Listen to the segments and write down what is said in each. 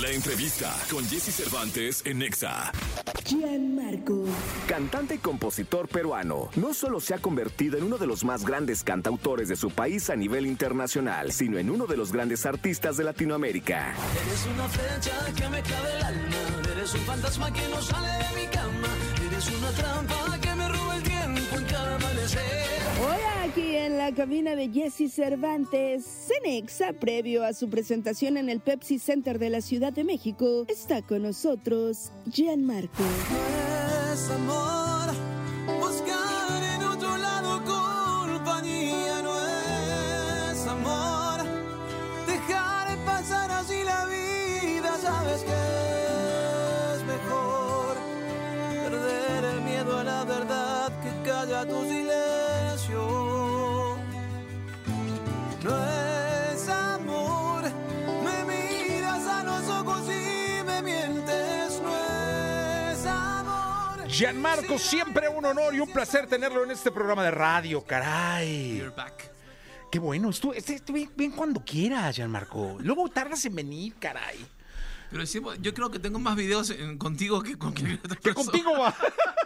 La entrevista con Jesse Cervantes en Nexa. Gianmarco, cantante y compositor peruano, no solo se ha convertido en uno de los más grandes cantautores de su país a nivel internacional, sino en uno de los grandes artistas de Latinoamérica. Eres una flecha que me clava el alma, eres un fantasma que no sale de mi cama, eres una trampa que me roba el tiempo en cada amanecer. hoy aquí en la cabina de Jesse Cervantes, en Nexa, previo a su presentación en el Pepsi Center de la Ciudad de México, está con nosotros Gianmarco. No es amor, buscar en otro lado compañía, no es amor, dejar pasar así la vida, sabes que es mejor perder el miedo a la verdad que calla tu silencio. No es amor, me miras a los ojos y me mientes, no es amor. Gianmarco, siempre un honor y un placer tenerlo en este programa de radio, caray. You're back. Qué bueno, ven cuando quieras, Gianmarco. Luego tardas en venir, caray. Pero sí, yo creo que tengo más videos contigo que con cualquier otra ¿Qué persona. contigo va?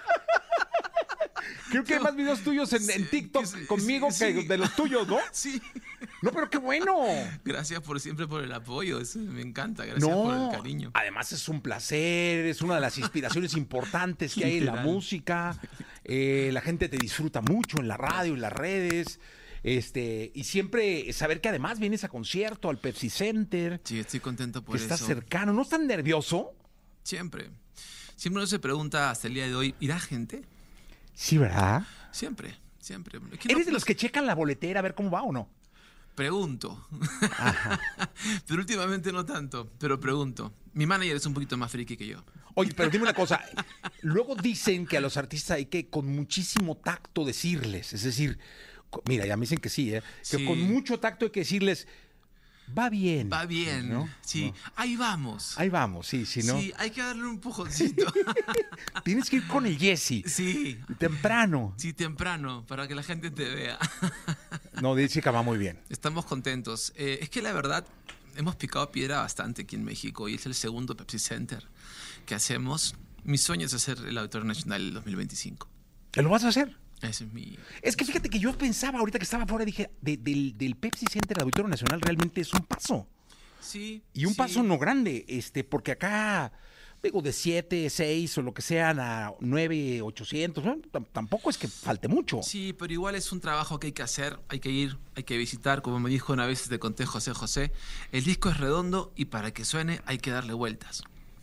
Creo que hay más videos tuyos en TikTok conmigo que de los tuyos, ¿no? Sí. No, pero qué bueno. Gracias siempre por el apoyo, eso me encanta, gracias por el cariño. Además es un placer, es una de las inspiraciones importantes que hay en la Literal. música. La gente te disfruta mucho en la radio, en las redes. Y siempre saber que además vienes a concierto, al Pepsi Center, Sí, estoy contento por que eso. estás cercano. ¿No estás nervioso? Siempre. Siempre uno se pregunta hasta el día de hoy, ¿irá gente? Sí, ¿verdad? Siempre. Es que ¿Eres de los que checan la boletera a ver cómo va o no? Pregunto. Pero últimamente no tanto, pero pregunto. Mi manager es un poquito más friki que yo. Oye, pero dime una cosa. Luego dicen que a los artistas hay que con muchísimo tacto decirles. Es decir, mira, ya me dicen que sí, ¿eh? Que Sí. con mucho tacto hay que decirles, va bien. Va bien, ¿no? sí. ¿No? Ahí vamos. Ahí vamos, sí, sí, ¿no? Sí, hay que darle un empujoncito. Tienes que ir con el Jesse. Sí. Temprano. Sí, temprano, para que la gente te vea. No, dice que va muy bien. Estamos contentos. Es que la verdad, hemos picado piedra bastante aquí en México y es el segundo Pepsi Center que hacemos. Mi sueño es hacer el Auditorio Nacional el 2025. ¿Lo vas a hacer? Ese es mi... Es que fíjate que yo pensaba ahorita que estaba afuera, dije, del Pepsi Center al Auditorio Nacional realmente es un paso. Sí. Y un sí. paso no grande, porque acá, digo, de 7, 6 o lo que sean a 9, 800, ¿no? Tampoco es que falte mucho. Sí, pero igual es un trabajo que hay que hacer, hay que ir, hay que visitar. Como me dijo una vez, te conté José, el disco es redondo y para que suene hay que darle vueltas.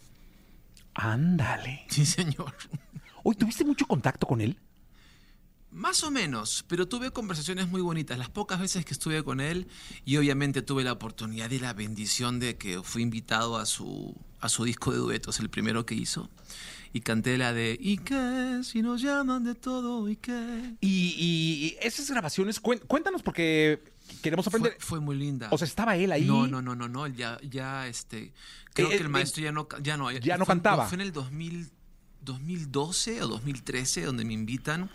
Ándale. Sí, señor. Oye, ¿tuviste mucho contacto con él? Más o menos, pero tuve conversaciones muy bonitas. Las pocas veces que estuve con él y obviamente tuve la oportunidad y la bendición de que fui invitado a su disco de duetos, el primero que hizo. Y canté la de ¿y qué? Si nos llaman de todo, ¿y qué? Y esas grabaciones, cuéntanos porque queremos aprender. Fue muy linda. O sea, ¿estaba él ahí? No. Ya creo que el maestro ya no cantaba. Fue en el 2012 o 2013 donde me invitan.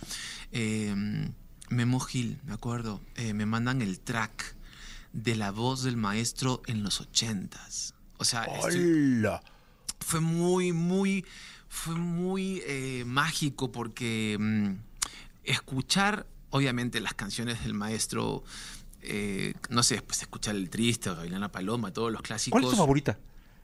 Memo Gil, me acuerdo, me mandan el track de la voz del maestro en los 80s. O sea, ¡Hola! fue muy mágico porque escuchar, obviamente, las canciones del maestro, no sé, después escuchar El Triste o Gavilana Paloma, todos los clásicos. ¿Cuál es tu favorita?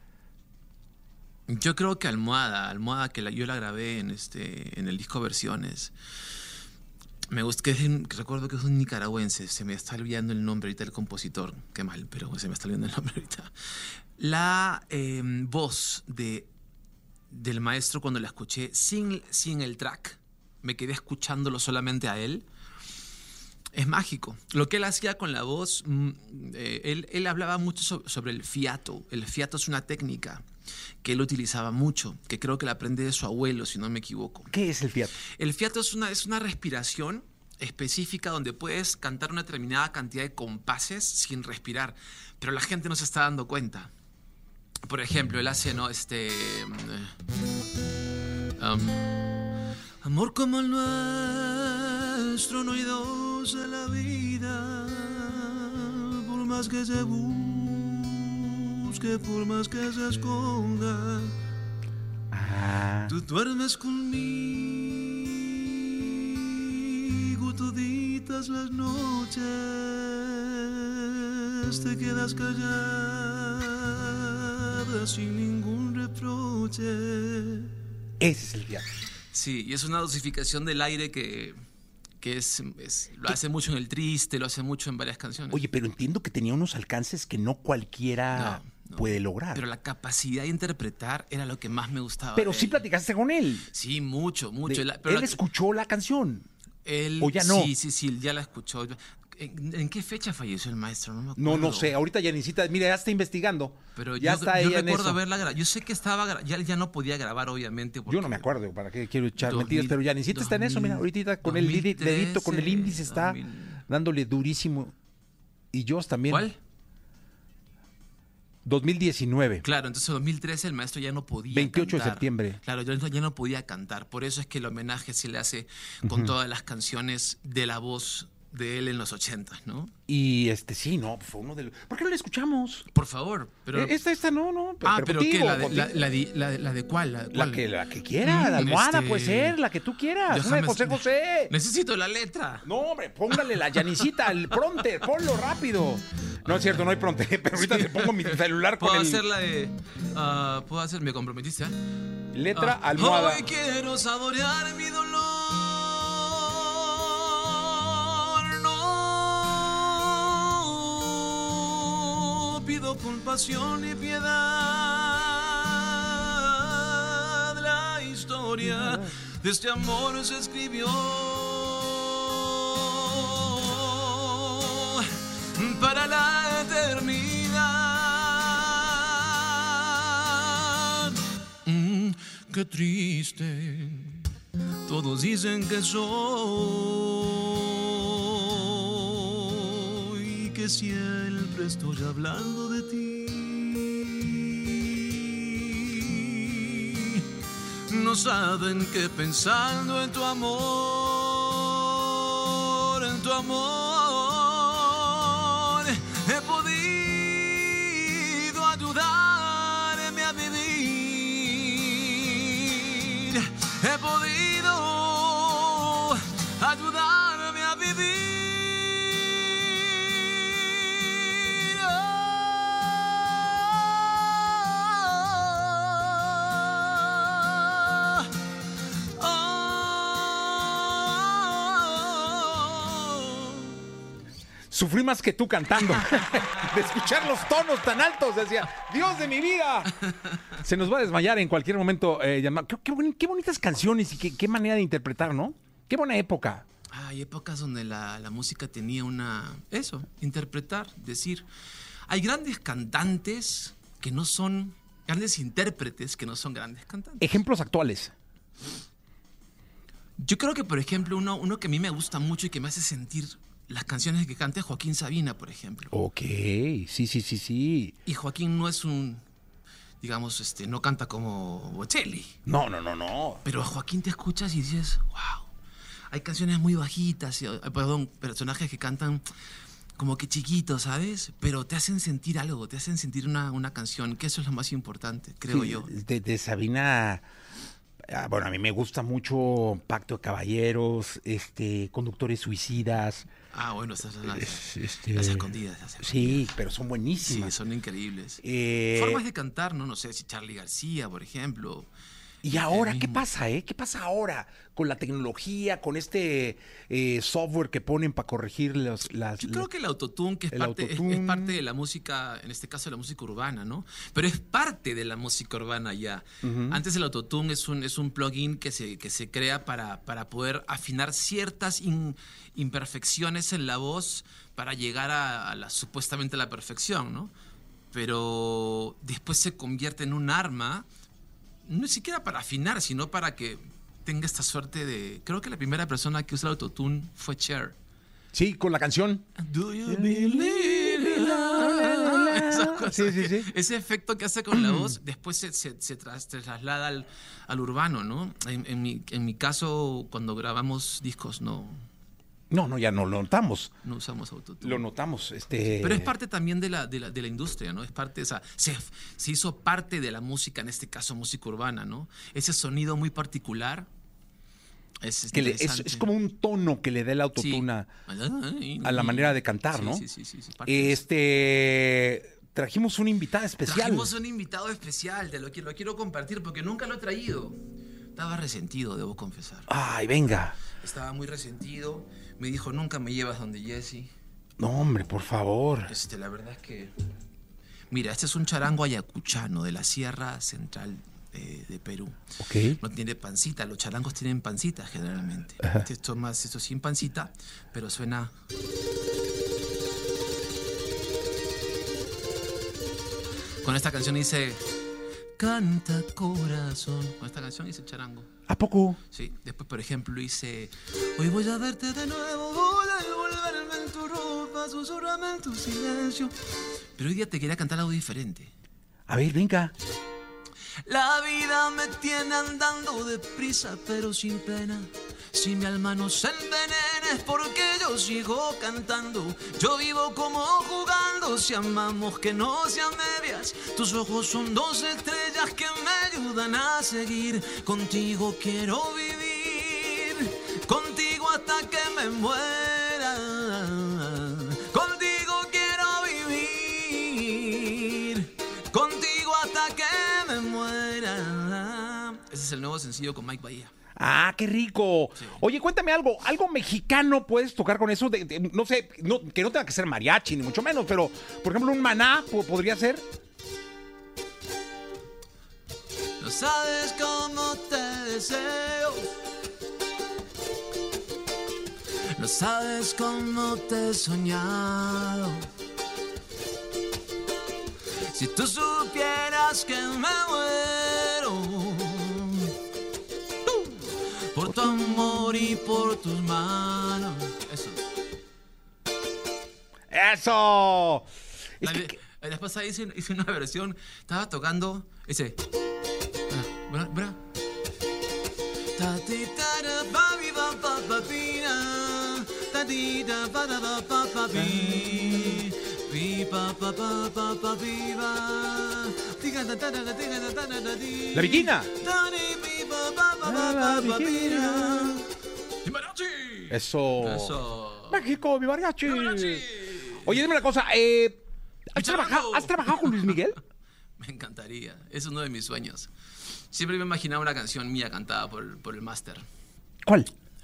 Yo creo que Almohada que yo la grabé en el disco Versiones. Me gusta, recuerdo que es un nicaragüense, se me está olvidando el nombre ahorita del compositor, qué mal, pero se me está olvidando el nombre ahorita. La voz del maestro cuando la escuché sin el track, me quedé escuchándolo solamente a él. Es mágico. Lo que él hacía con la voz, él hablaba mucho sobre el fiato. El fiato es una técnica que él utilizaba mucho, que creo que la aprende de su abuelo, si no me equivoco. ¿Qué es el fiato? El fiato es una respiración específica donde puedes cantar una determinada cantidad de compases sin respirar, pero la gente no se está dando cuenta. Por ejemplo, él hace, ¿no? Amor como el nuestro no hay dos en la vida, por más que se busque busque formas que se escondan. Tú duermes conmigo toditas las noches, te quedas callada sin ningún reproche. Ese es el teatro. Sí, y es una dosificación del aire que lo hace mucho en El Triste, lo hace mucho en varias canciones. Oye, pero entiendo que tenía unos alcances que no cualquiera puede lograr. Pero la capacidad de interpretar era lo que más me gustaba. Pero sí platicaste con él. Sí, mucho. Él escuchó la canción. ¿O ya no? Sí, ya la escuchó. ¿En qué fecha falleció el maestro? No me acuerdo. No sé. Ahorita ya necesita. Mira, ya está investigando. Pero ya está ella en eso. Yo recuerdo haberla grabado. Yo sé que ya no podía grabar, obviamente. Yo no me acuerdo. ¿Para qué quiero echar mentiras? Pero ya necesita está en eso. Mira, ahorita con el dedito, con el índice está dándole durísimo. Y yo también. ¿Cuál? 2019. Claro, entonces en 2013 el maestro ya no podía 28 cantar. de septiembre. Claro, ya no podía cantar. Por eso es que el homenaje se le hace con todas las canciones de la voz de él en los 80, ¿no? Y sí, no, fue uno de los... ¿Por qué no la escuchamos? Por favor. Pero... Esta no. Pero contigo, ¿qué? ¿La de cuál? La que quiera, la almohada puede ser, la que tú quieras. Una de José. Necesito la letra. No, hombre, póngale la Yanisita, el pronter, ponlo rápido. No es cierto, no hay pronter, pero ahorita te pongo mi celular con ¿Puedo hacer la de... ¿Puedo hacer? ¿Me comprometiste? Letra, almohada. Hoy quiero saborear mi dolor. No pido compasión ni piedad. La historia de este amor se escribió para la eternidad. Qué triste, todos dicen que soy, que siempre estoy hablando de ti. No saben que pensando en tu amor, he podido ayudarme a vivir. He podido ayudarme a vivir. Sufrí más que tú cantando. De escuchar los tonos tan altos. Decía, Dios de mi vida. Se nos va a desmayar en cualquier momento. Qué bonitas canciones y qué manera de interpretar, ¿no? Qué buena época. Hay épocas donde la música tenía interpretar, decir. Hay grandes cantantes que no son, grandes intérpretes que no son grandes cantantes. Ejemplos actuales. Yo creo que, por ejemplo, uno que a mí me gusta mucho y que me hace sentir las canciones que canta Joaquín Sabina, por ejemplo. Ok, sí. Y Joaquín no es digamos, no canta como Bocelli. No. Pero a Joaquín te escuchas y dices, wow. Hay canciones muy bajitas, personajes que cantan como que chiquitos, ¿sabes? Pero te hacen sentir algo, te hacen sentir una canción, que eso es lo más importante, creo yo. De Sabina... Bueno, a mí me gusta mucho Pacto de Caballeros, Conductores Suicidas. Bueno, esas son las escondidas. Sí, pero son buenísimas. Sí, son increíbles. Formas de cantar, no sé, si Charly García, por ejemplo. ¿Y ahora qué pasa, ¿Qué pasa ahora con la tecnología, con software que ponen para corregir Yo creo que el autotune, que es parte de la música, en este caso de la música urbana, ¿no? Pero es parte de la música urbana ya. Uh-huh. Antes el autotune es un plugin que se crea para poder afinar ciertas imperfecciones en la voz para llegar a supuestamente a la perfección, ¿no? Pero después se convierte en un arma, no siquiera para afinar, sino para que tenga esta suerte de... Creo que la primera persona que usa el autotune fue Cher. Sí, con la canción. Do you believe in love? Sí. Ese efecto que hace con la voz, después se traslada al urbano, ¿no? En mi caso, cuando grabamos discos, no No, ya no lo notamos. No usamos autotune. Lo notamos. Pero es parte también de la industria, ¿no? Es parte, o sea, se hizo parte de la música, en este caso música urbana, ¿no? Ese sonido muy particular es es como un tono que le da el autotune a la manera de cantar, ¿no? Sí. Trajimos una invitada especial. Trajimos un invitado especial, lo quiero compartir porque nunca lo he traído. Estaba resentido, debo confesar. Ay, venga. Estaba muy resentido. Me dijo, nunca me llevas donde Jesse. No, hombre, por favor. La verdad es que... Mira, este es un charango ayacuchano de la Sierra Central de Perú. Ok. No tiene pancita, los charangos tienen pancita generalmente. Esto sin pancita, pero suena... Con esta canción dice... Canta corazón. Con esta canción hice charango. ¿A poco? Sí. Después, por ejemplo, hice... Hoy voy a verte de nuevo, voy a envolverme en tu ropa, susurrame en tu silencio. Pero hoy día te quería cantar algo diferente. A ver, venga. La vida me tiene andando deprisa, pero sin pena. Si mi alma no se envenena es porque yo sigo cantando. Yo vivo como jugando, si amamos que no sean medias. Tus ojos son dos estrellas que me ayudan a seguir. Contigo quiero vivir, contigo hasta que me muera. Contigo quiero vivir, contigo hasta que me muera. Ese es el nuevo sencillo con Mike Bahía. ¡Ah, qué rico! Sí. Oye, cuéntame algo mexicano puedes tocar con eso, no sé, que no tenga que ser mariachi, ni mucho menos, pero, por ejemplo, un Maná podría ser. No sabes cómo te deseo, no sabes cómo te he soñado. Si tú supieras que me muero por tu amor y por tus manos. ¡Eso! La pasada hice una versión. Estaba tocando ese. Bra. La Bikina. ¡Mi mariachi! Eso. México, mi mariachi. Oye, dime una cosa. ¿Has trabajado con Luis Miguel? Me encantaría. Es uno de mis sueños. Siempre me he imaginado una canción mía cantada por el máster. ¿Cuál?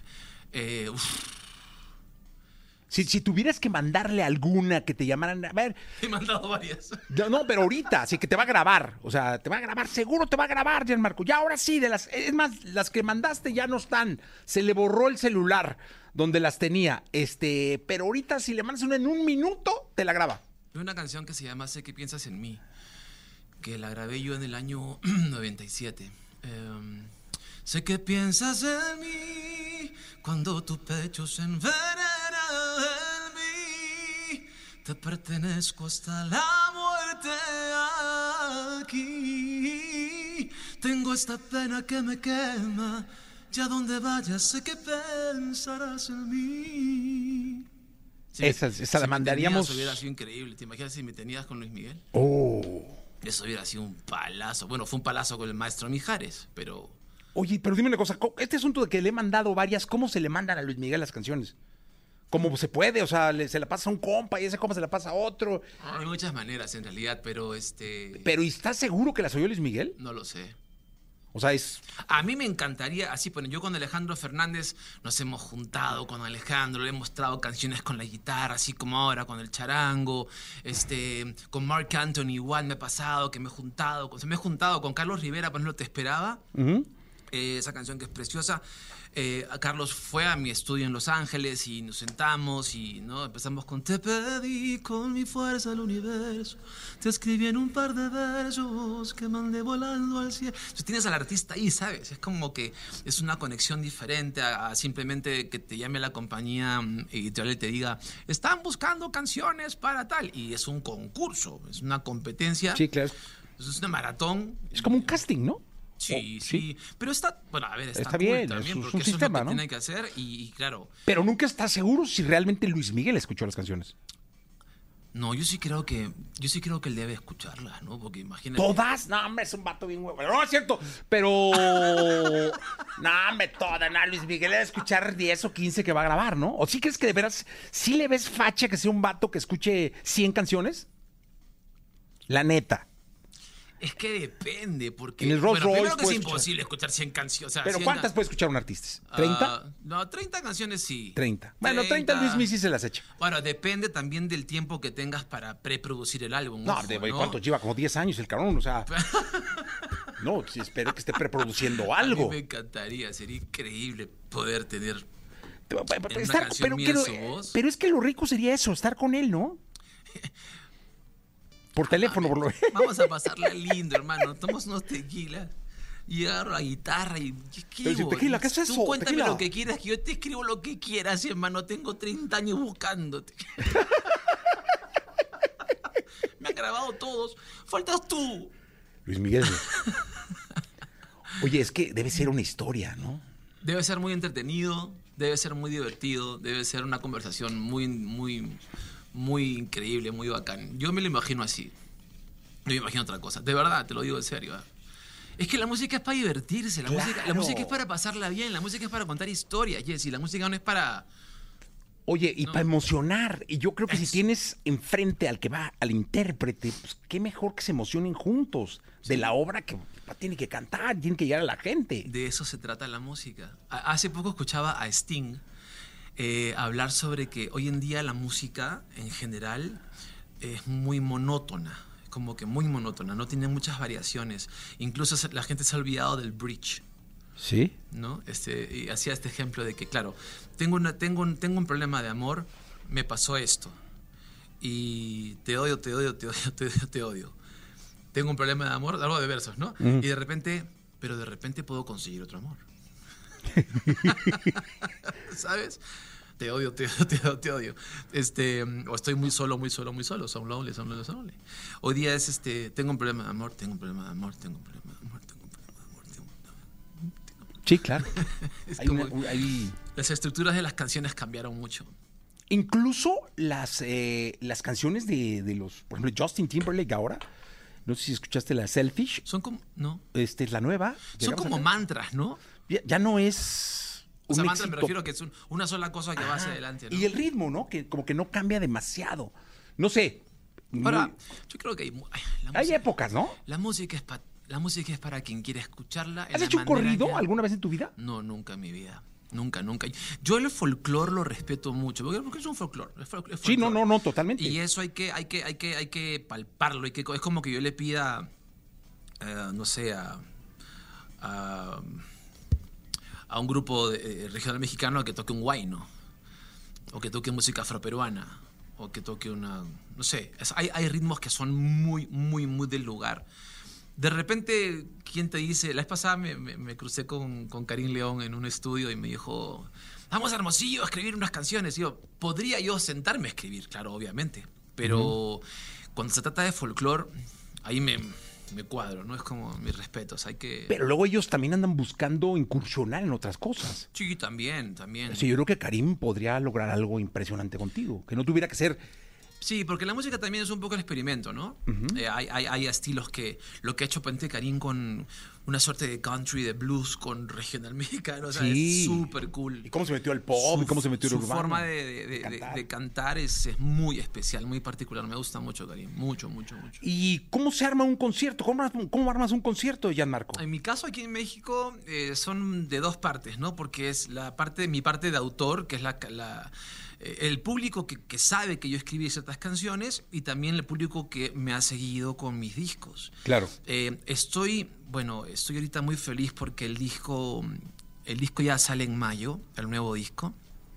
Si tuvieras que mandarle alguna que te llamaran... A ver... He mandado varias. No, pero ahorita, sí que te va a grabar. O sea, te va a grabar, seguro te va a grabar, Gianmarco. Ya ahora sí, es más, las que mandaste ya no están. Se le borró el celular donde las tenía. Pero ahorita si le mandas una en un minuto, te la graba. Hay una canción que se llama Sé que piensas en mí, que la grabé yo en el año 97. Sé que piensas en mí cuando tu pecho se envenena en mí. Te pertenezco hasta la muerte aquí. Tengo esta pena que me quema. Ya donde vayas sé que pensarás en mí. Esa la mandaríamos. Eso hubiera sido increíble. ¿Te imaginas si me tenías con Luis Miguel? Oh. Eso hubiera sido un palazo. Bueno, fue un palazo con el maestro Mijares, pero... Oye, pero dime una cosa. Este asunto de que le he mandado varias, ¿cómo se le mandan a Luis Miguel las canciones? ¿Cómo se puede? O sea, se la pasa a un compa y ese compa se la pasa a otro. Hay muchas maneras, en realidad, pero ¿Pero ¿y estás seguro que las oyó Luis Miguel? No lo sé. O sea, A mí me encantaría, así, bueno, yo con Alejandro Fernández nos hemos juntado con Alejandro, le he mostrado canciones con la guitarra, así como ahora con el charango, con Marc Anthony igual me ha pasado, que me he juntado con Carlos Rivera, por ejemplo, Te Esperaba, esa canción que es preciosa. Carlos fue a mi estudio en Los Ángeles y nos sentamos y ¿no? empezamos con Te pedí con mi fuerza al universo, te escribí en un par de versos que mandé volando al cielo. Entonces tienes al artista ahí, ¿sabes? Es como que es una conexión diferente a simplemente que te llame la compañía editorial y te diga están buscando canciones para tal, y es un concurso, es una competencia. Sí, claro. Es una maratón. Es como un casting, ¿no? Sí, Oh, sí. Pero está, bueno, a ver, está Está cool bien, también, es porque un eso sistema, es lo que ¿no? tiene que hacer y claro. Pero nunca estás seguro si realmente Luis Miguel escuchó las canciones. No, yo sí creo que él debe escucharlas, ¿no? Porque imagínate. ¿Todas? No, hombre, es un vato bien huevo. No, es cierto. Pero. No, hombre, todas. No, Luis Miguel debe escuchar 10 o 15 que va a grabar, ¿no? ¿O sí crees que de veras sí le ves facha que sea un vato que escuche 100 canciones? La neta. Es que depende, porque. En el Rolls Royce primero que es puedes imposible escuchar 100 canciones. O sea, Pero 100 ¿cuántas puede escuchar un artista? ¿30? No, 30 canciones sí. 30. Bueno, 30 Luis Miguel sí se las echa. Bueno, depende también del tiempo que tengas para preproducir el álbum. No, ojo, ¿cuántos lleva? Como 10 años el cabrón, o sea. No, sí, espero que esté preproduciendo algo. A mí me encantaría, sería increíble poder tener. Estar, canción mía en su voz. pero es que lo rico sería eso, estar con él, ¿no? Por teléfono, por lo Vamos a pasarla lindo, hermano. Tomamos unos tequilas y agarro la guitarra y escribo. Pero si tequila, ¿qué es eso? Tú cuéntame Tequila. lo que quieras, que yo te escribo lo que quieras, hermano. Tengo 30 años buscándote. Me han grabado todos. Faltas tú. Luis Miguel. Oye, es que debe ser una historia, ¿no? Debe ser muy entretenido, debe ser muy divertido, debe ser una conversación muy, muy, muy increíble, muy bacán. Yo me lo imagino así. No me imagino otra cosa. De verdad, te lo digo en serio. Es que la música es para divertirse, la música es para pasarla bien, la música es para contar historias, Jessy. La música no es para... Oye, y No. para emocionar. Y yo creo que si tienes enfrente al que va, al intérprete, pues qué mejor que se emocionen juntos de la obra que tiene que cantar, tiene que llegar a la gente. De eso se trata la música. Hace poco escuchaba a Sting hablar sobre que hoy en día la música en general es muy monótona, como que muy monótona, no tiene muchas variaciones. Incluso la gente se ha olvidado del bridge, ¿Sí? ¿no? Y hacía este ejemplo de que, claro, tengo un problema de amor, me pasó esto, y te odio, te odio, te odio, te odio, te odio. Tengo un problema de amor, algo de versos, ¿no? Y de repente puedo conseguir otro amor. ¿Sabes? Te odio, te odio, te odio, te odio. O estoy muy solo, muy solo, muy solo. So lonely, so lonely, so lonely. Hoy día es tengo un problema de amor, tengo un problema de amor, tengo un problema de amor, tengo un problema de amor, tengo un problema de amor. Sí, claro. Es Hay como- hay- Las estructuras de las canciones cambiaron mucho. Incluso las canciones de los, por ejemplo, Justin Timberlake ahora, no sé si escuchaste la Selfish, Son como, ¿no? la nueva. Son llegamos como acá. mantras, ¿no? Ya no es O sea, un mantras me éxito. refiero que es una sola cosa que va hacia adelante, ¿no? Y el ritmo, ¿no? Que como que no cambia demasiado. No sé. Ahora, muy- yo creo que hay épocas, ¿no? La música es para quien quiere escucharla. en ¿Has la hecho un manera corrido que- alguna vez en tu vida? No, nunca en mi vida. Nunca, nunca. Yo el folclore lo respeto mucho, porque es un folclore. Es Sí, no, folclore. totalmente. Y eso hay que palparlo. Es como que yo le pida, no sé, a un grupo regional mexicano que toque un huayno, o que toque música afroperuana, o que toque una... No sé, hay ritmos que son muy, muy, muy del lugar. De repente, ¿quién te dice? La vez pasada me crucé con Karim León en un estudio y me dijo, vamos a Hermosillo a escribir unas canciones. Y yo, ¿podría yo sentarme a escribir? Claro, obviamente. Pero cuando se trata de folclore, ahí me cuadro, ¿no? Es como mis respetos. Hay que... Pero luego ellos también andan buscando incursionar en otras cosas. Sí, también. Sí, yo creo que Karim podría lograr algo impresionante contigo. Que no tuviera que ser... Sí, porque la música también es un poco el experimento, ¿no? Hay estilos que... Lo que ha hecho Pente Karim con una suerte de country, de blues, con regional mexicano, o sea, Sí. es súper cool. ¿Y cómo se metió al pop? ¿Y cómo se metió al Su urbano? forma de cantar es muy especial, muy particular. Me gusta mucho, Karim. Mucho, mucho, mucho. ¿Y cómo se arma un concierto? ¿Cómo armas un concierto, Gianmarco? En mi caso, aquí en México, son de dos partes, ¿no? Porque es mi parte de autor, que es el público que sabe que yo escribí ciertas canciones, y también el público que me ha seguido con mis discos. Claro. Estoy ahorita muy feliz porque el disco ya sale en mayo, el nuevo disco.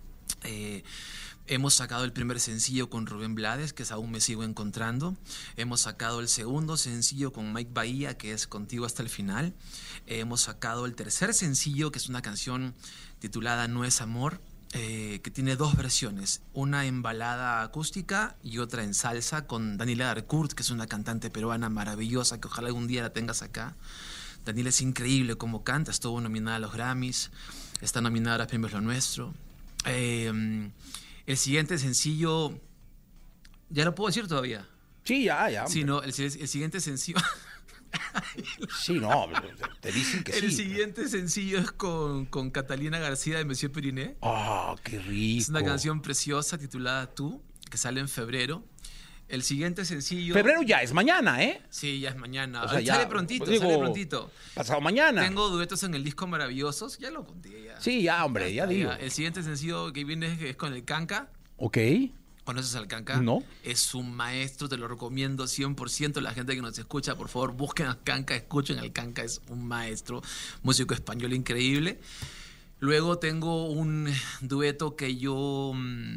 Hemos sacado el primer sencillo con Rubén Blades, que es Aún me sigo encontrando. Hemos sacado el segundo sencillo con Mike Bahía, que es Contigo hasta el final. Hemos sacado el tercer sencillo, que es una canción titulada No es amor, que tiene dos versiones, una en balada acústica y otra en salsa, con Daniela Darcourt, que es una cantante peruana maravillosa, que ojalá algún día la tengas acá. Daniela es increíble como canta, estuvo nominada a los Grammys, está nominada a los premios Lo Nuestro. El siguiente sencillo, ¿ya lo puedo decir todavía? Sí, ya. Sí, no, el siguiente sencillo... Sí, no, te dicen que sí. El siguiente sencillo es con Catalina García de Monsieur Periné. Qué rico. Es una canción preciosa titulada Tú, que sale en febrero. El siguiente sencillo... Febrero ya es mañana, ¿eh? Sí, ya es mañana. O sea, ya, sale prontito, pues digo, sale prontito. Pasado mañana. Tengo duetos en el disco Maravillosos, ya lo conté ya. Sí, ya, hombre, ya digo. El siguiente sencillo que viene es con el Kanka. Ok. ¿Conoces al Kanka? No. Es un maestro, te lo recomiendo 100%. La gente que nos escucha, por favor, busquen al Kanka, escuchen al Kanka, es un maestro, músico español increíble. Luego tengo un dueto que yo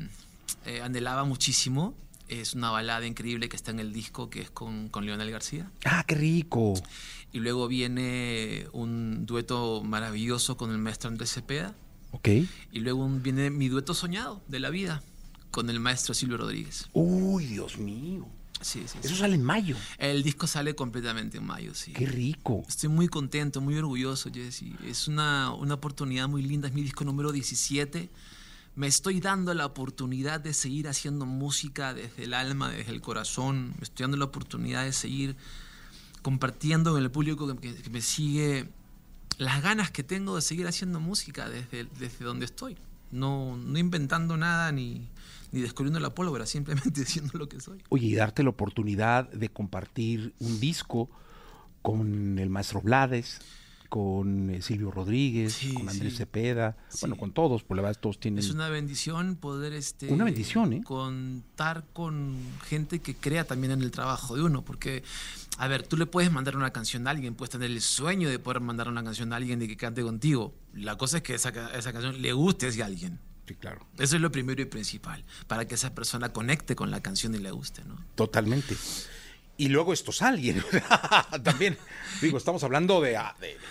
anhelaba muchísimo. Es una balada increíble que está en el disco, que es con Leonel García. Qué rico. Y luego viene un dueto maravilloso con el maestro Andrés Cepeda. Ok. Y luego viene mi dueto soñado de la vida con el maestro Silvio Rodríguez. Uy, Dios mío. Sí. Eso sale en mayo. El disco sale completamente en mayo, sí. Qué rico. Estoy muy contento, muy orgulloso, Jesse. Es una oportunidad muy linda. Es mi disco número 17. Me estoy dando la oportunidad de seguir haciendo música desde el alma, desde el corazón. Me estoy dando la oportunidad de seguir compartiendo con el público que me sigue las ganas que tengo de seguir haciendo música desde donde estoy. No inventando nada ni descubriendo la pólvora, simplemente siendo lo que soy. Oye, y darte la oportunidad de compartir un disco con el maestro Blades, con Silvio Rodríguez, Sí, con Andrés sí. Cepeda, Sí. bueno, con todos, por la verdad todos tienen... Es una bendición poder Una bendición, ¿eh? contar con gente que crea también en el trabajo de uno, porque, a ver, tú le puedes mandar una canción a alguien, puedes tener el sueño de poder mandar una canción a alguien de que cante contigo. La cosa es que esa canción le guste a alguien. Sí, claro. Eso es lo primero y principal, para que esa persona conecte con la canción y le guste, ¿no? Totalmente. Y luego estos alguien, también, digo, estamos hablando de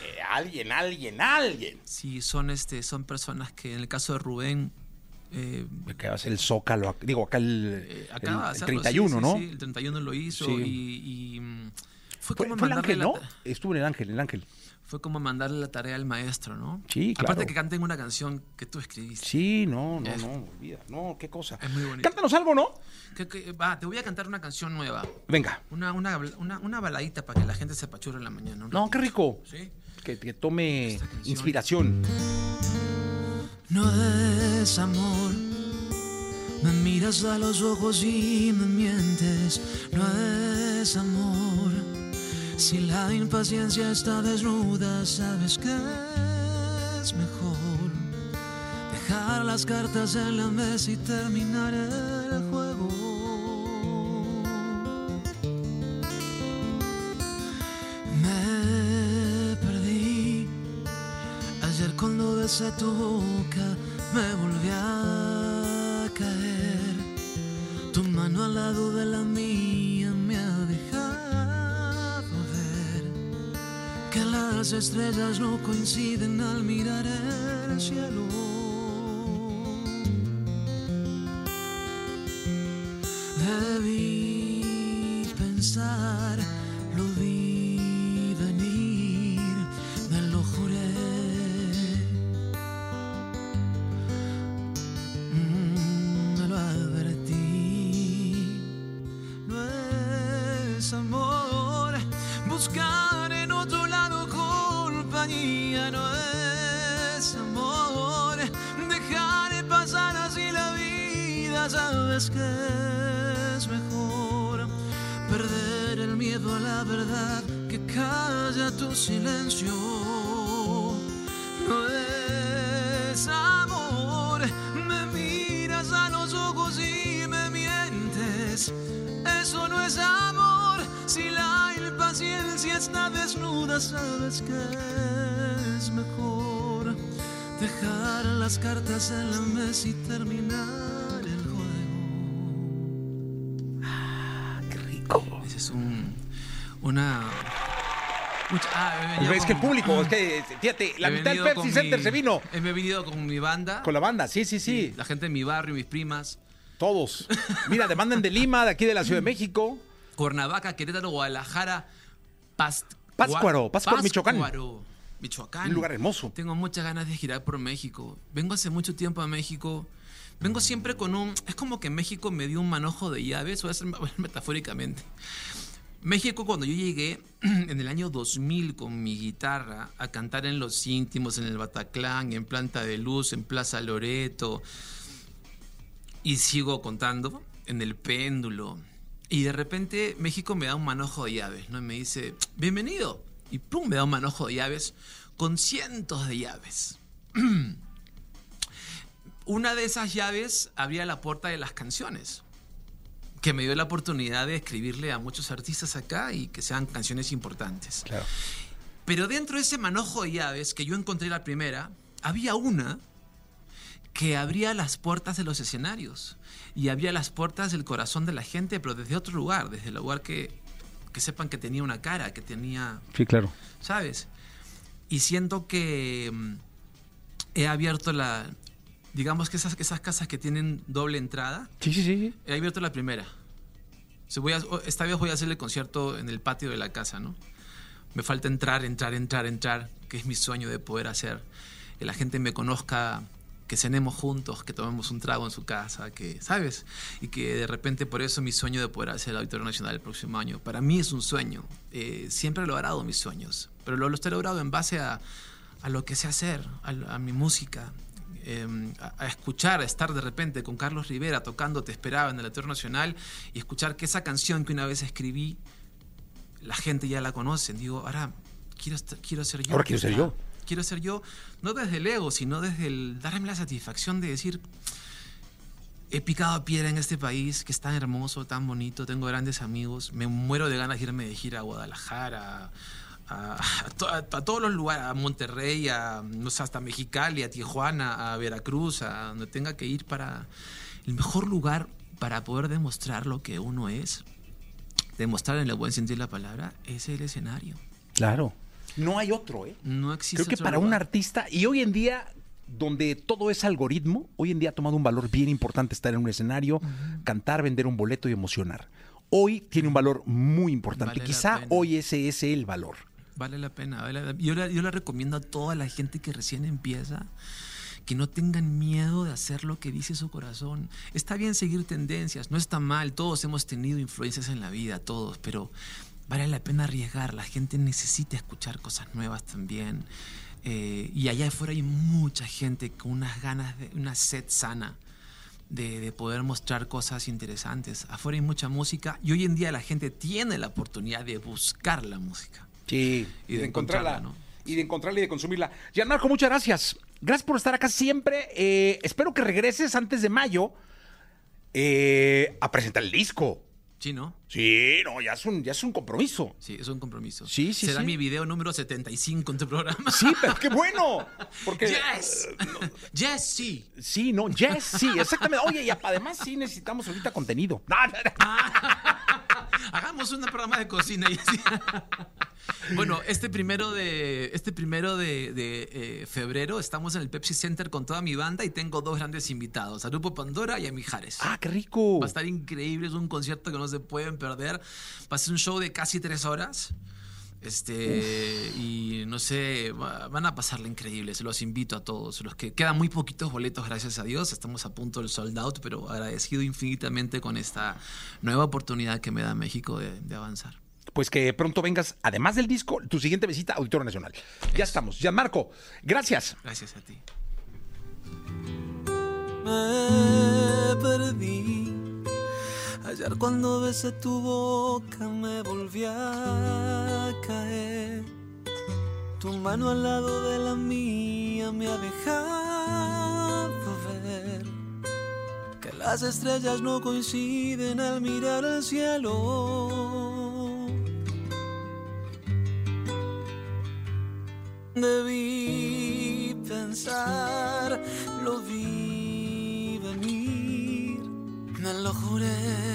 alguien. Sí, son personas que, en el caso de Rubén... Que va a ser el Zócalo, digo, acá el acaba de hacerlo, 31, sí, ¿no? Sí, el 31 lo hizo Sí. y fue Fue como el mandarle Ángel, ¿no? Estuvo en el Ángel. Fue como mandarle la tarea al maestro, ¿no? Sí, claro. Aparte que canten una canción que tú escribiste. Sí, no, Es- olvida. No, qué cosa. Es muy bonito. Cántanos algo, ¿no? Va, te voy a cantar una canción nueva. Venga. Una baladita para que la gente se apachurre en la mañana. ¿no? No, qué rico. ¿Sí? Que tome Esta canción. inspiración. No es amor, me miras a los ojos y me mientes. No es amor, si la impaciencia está desnuda, sabes que es mejor dejar las cartas en la mesa y terminar el juego. Me perdí ayer cuando besé tu boca, me volví a caer. Tu mano al lado de la mía me ha dejado ver que las estrellas no coinciden al mirar el cielo. Debí pensar, lo vi venir, me lo juré. Me lo advertí. No es amor buscar en otro lado compañía. No es amor dejar pasar así la vida. Sabes que es mejor perder el miedo a la verdad que calla tu silencio. No es amor, me miras a los ojos y me mientes. Eso no es amor, si la impaciencia está desnuda, sabes que es mejor dejar las cartas en la mesa y terminar el juego. Qué rico. Ese es he venido Es que el con- público, es que, fíjate, la he mitad del venido Pepsi con Center mi- se vino. He venido con mi banda. Con la banda, sí. La gente de mi barrio, mis primas. Todos. Mira, demandan de Lima, de aquí de la Ciudad de México. Cuernavaca, Querétaro, Guadalajara, Pátzcuaro, Michoacán. Pátzcuaro, Michoacán. Un lugar hermoso. Tengo muchas ganas de girar por México. Vengo hace mucho tiempo a México. Vengo siempre con un... Es como que México me dio un manojo de llaves, voy a hacer metafóricamente. México, cuando yo llegué en el año 2000 con mi guitarra a cantar en Los Íntimos, en el Bataclan, en Planta de Luz, en Plaza Loreto, y sigo contando, en el Péndulo, y de repente México me da un manojo de llaves, ¿no? Y me dice, bienvenido, y pum, me da un manojo de llaves con cientos de llaves. Una de esas llaves abría la puerta de las canciones, que me dio la oportunidad de escribirle a muchos artistas acá y que sean canciones importantes. Claro. Pero dentro de ese manojo de llaves, que yo encontré la primera, había una que abría las puertas de los escenarios y abría las puertas del corazón de la gente, pero desde otro lugar, desde el lugar que sepan que tenía una cara, que tenía... Sí, claro. ¿Sabes? Y siento que he abierto la... Digamos que esas casas que tienen doble entrada. Sí. He abierto la primera. Esta vez voy a hacer el concierto en el patio de la casa, ¿no? Me falta entrar, que es mi sueño de poder hacer. Que la gente me conozca, que cenemos juntos, que tomemos un trago en su casa, que, ¿sabes? Y que de repente por eso mi sueño de poder hacer el Auditorio Nacional el próximo año. Para mí es un sueño. Siempre he logrado mis sueños, pero lo he logrado en base a lo que sé hacer, a mi música. A escuchar, a estar de repente con Carlos Rivera tocando Te Esperaba en el Auditorio Nacional y escuchar que esa canción que una vez escribí, la gente ya la conoce. Digo, ahora quiero ser yo. Ahora quiero ser yo. Quiero ser yo, no desde el ego, sino desde el darme la satisfacción de decir, he picado piedra en este país que es tan hermoso, tan bonito, tengo grandes amigos, me muero de ganas de irme de gira a Guadalajara, a todos los lugares, a Monterrey, no sé, hasta Mexicali, a Tijuana, a Veracruz, a donde tenga que ir. Para el mejor lugar para poder demostrar lo que uno es, demostrar en el buen sentido de la palabra, es el escenario. Claro. No hay otro, ¿eh? No existe. Creo que otro para lugar. un artista, y hoy en día, donde todo es algoritmo, hoy en día ha tomado un valor bien importante estar en un escenario, cantar, vender un boleto y emocionar. Hoy tiene un valor muy importante. Vale, Quizá hoy ese es el valor. Vale la pena. Yo le recomiendo a toda la gente que recién empieza que no tengan miedo de hacer lo que dice su corazón. Está bien seguir tendencias, no está mal. Todos hemos tenido influencias en la vida, todos, pero vale la pena arriesgar. La gente necesita escuchar cosas nuevas también. Y allá afuera hay mucha gente con unas ganas, una sed sana de poder mostrar cosas interesantes. Afuera hay mucha música y hoy en día la gente tiene la oportunidad de buscar la música. Sí, Y de encontrarla, ¿no? Y de encontrarla y de consumirla. Gianmarco, muchas gracias. Gracias por estar acá siempre. Espero que regreses antes de mayo a presentar el disco. Sí, ¿no? Sí, no, ya es un compromiso. Sí, es un compromiso. Sí. Será mi video número 75 en tu programa. Sí, pero qué bueno. Porque, ¡Yes! ¡Yes, sí! Sí, no, yes, sí, exactamente. Oye, y además sí necesitamos ahorita contenido. Hagamos un programa de cocina y así. Bueno, este primero de febrero estamos en el Pepsi Center con toda mi banda y tengo dos grandes invitados, a Grupo Pandora y a Mijares. ¡Ah, qué rico! Va a estar increíble, es un concierto que no se pueden perder. Va a ser un show de casi 3 horas. Y no sé, van a pasarla increíble. Se los invito a todos. Los que quedan muy poquitos boletos, gracias a Dios. Estamos a punto del sold out, pero agradecido infinitamente con esta nueva oportunidad que me da México de avanzar. Pues que pronto vengas, además del disco, tu siguiente visita a Auditorio Nacional. Ya estamos. Gianmarco, gracias. Gracias a ti. Me perdí. Ayer cuando besé tu boca me volví a caer. Tu mano al lado de la mía me ha dejado ver que las estrellas no coinciden al mirar al cielo. Debí pensar, lo vi venir, me lo juré.